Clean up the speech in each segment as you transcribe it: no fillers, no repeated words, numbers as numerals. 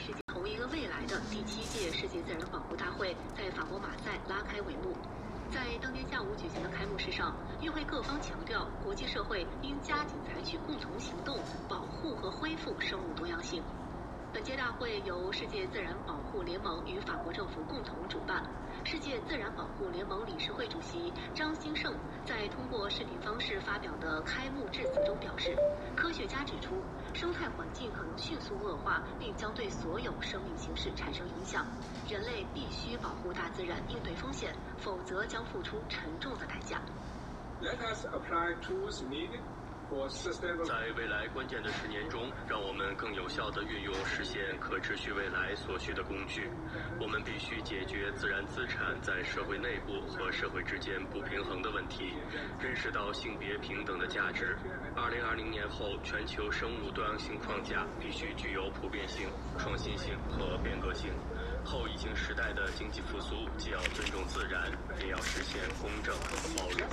世界同一个未来的第7届世界自然保护大会在法国马赛拉开帷幕。在当天下午举行的开幕式上，与会各方强调，国际社会应加紧采取共同行动，保护和恢复生物多样性。本届大会由世界自然保护联盟与法国政府共同主办。世界自然保护联盟理事会主席张兴盛在通过视频方式发表的开幕致辞中表示，科学家指出，生态环境可能迅速恶化，并将对所有生命形式产生影响。人类必须保护大自然，应对风险，否则将付出沉重的代价。 Let us apply tools needed 在未来关键的10年中，让我们更有效地运用实现可持续未来所需的工具。我们必须解决自然资产在社会内部和社会之间不平衡的问题，认识到性别平等的价值。2020年后，全球生物多样性框架必须具有普遍性、创新性和变革性。后疫情时代的经济复苏既要尊重自然，也要实现公正和包容。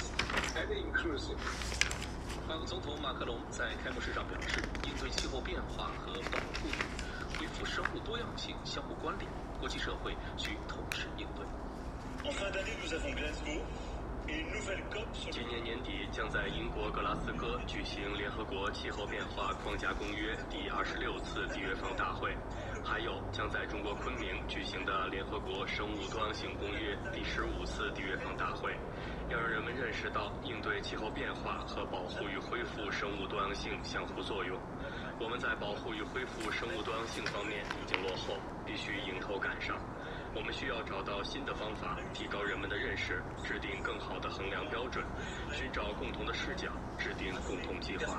法国总统马克龙在开幕式上表示，应对气候变化和保护与恢复生物多样性相互关联，国际社会需同时应对。 今年年底将在英国格拉斯哥举行联合国气候变化框架公约第26次缔约方大会，还有将在中国昆明举行的联合国生物多样性公约第15次缔约方大会。要让人们认识到应对气候变化和保护与恢复生物多样性相互作用。我们在保护与恢复生物多样性方面已经落后，必须迎头赶上。我们需要找到新的方法，提高人们的认识，制定更好的衡量标准，寻找共同的视角，制定共同计划。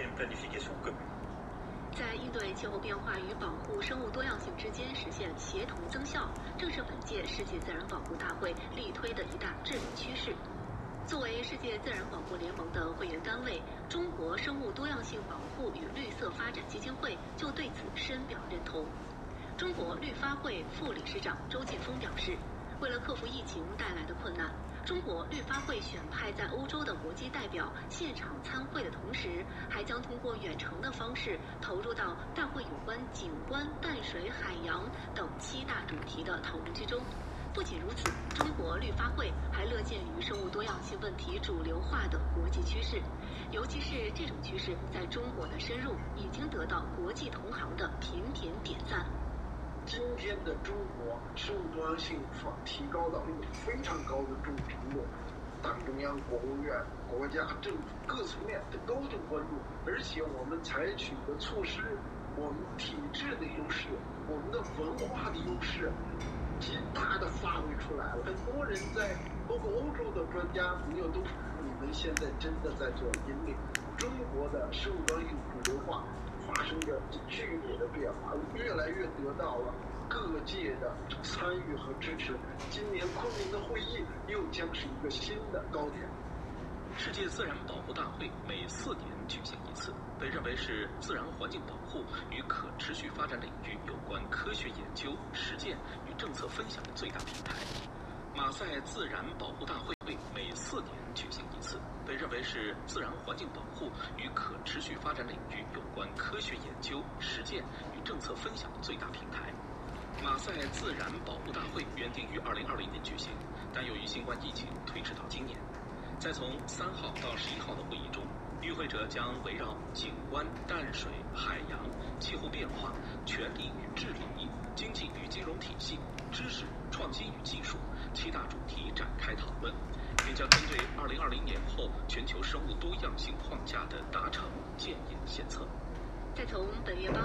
在应对气候变化与保护生物多样性之间实现协同增效，正是本届世界自然保护大会力推的一大治理趋势。作为世界自然保护联盟的会员单位，中国生物多样性保护与绿色发展基金会就对此深表认同。中国绿发会副理事长周劲峰表示，为了克服疫情带来的困难，中国绿发会选派在欧洲的国际代表现场参会的同时，还将通过远程的方式投入到大会有关景观、淡水、海洋等7大主题的讨论之中。不仅如此，中国绿发会还乐见于生物多样性问题主流化的国际趋势，尤其是这种趋势在中国的深入，已经得到国际同行的频频点赞。 今天的中国生物多样性提高到一个非常高的这种程度，党中央、国务院、国家、政府各层面都高度关注，而且我们采取的措施，我们体制的优势，我们的文化的优势，极大的发挥出来了。很多人包括欧洲的专家朋友都说，你们现在真的在做引领中国的生物多样性主流化发生着剧烈的变化，越来越得到了各界的参与和支持。今年昆明的会议又将是一个新的高点。 世界自然保护大会每4年举行一次，被认为是自然环境保护与可持续发展领域有关科学研究、实践与政策分享的最大平台。马赛自然保护大会每4年举行一次，被认为是自然环境保护与可持续发展领域有关科学研究、实践与政策分享的最大平台。马赛自然保护大会原定于2020年举行，但由于新冠疫情推迟到今年。在从3号到11号的会议中，与会者将围绕景观、淡水、海洋、气候变化、权利与治理、经济与金融体系、知识、创新与技术7大主题展开讨论，并将针对2020年后全球生物多样性框架的达成建言献策。 再从本月8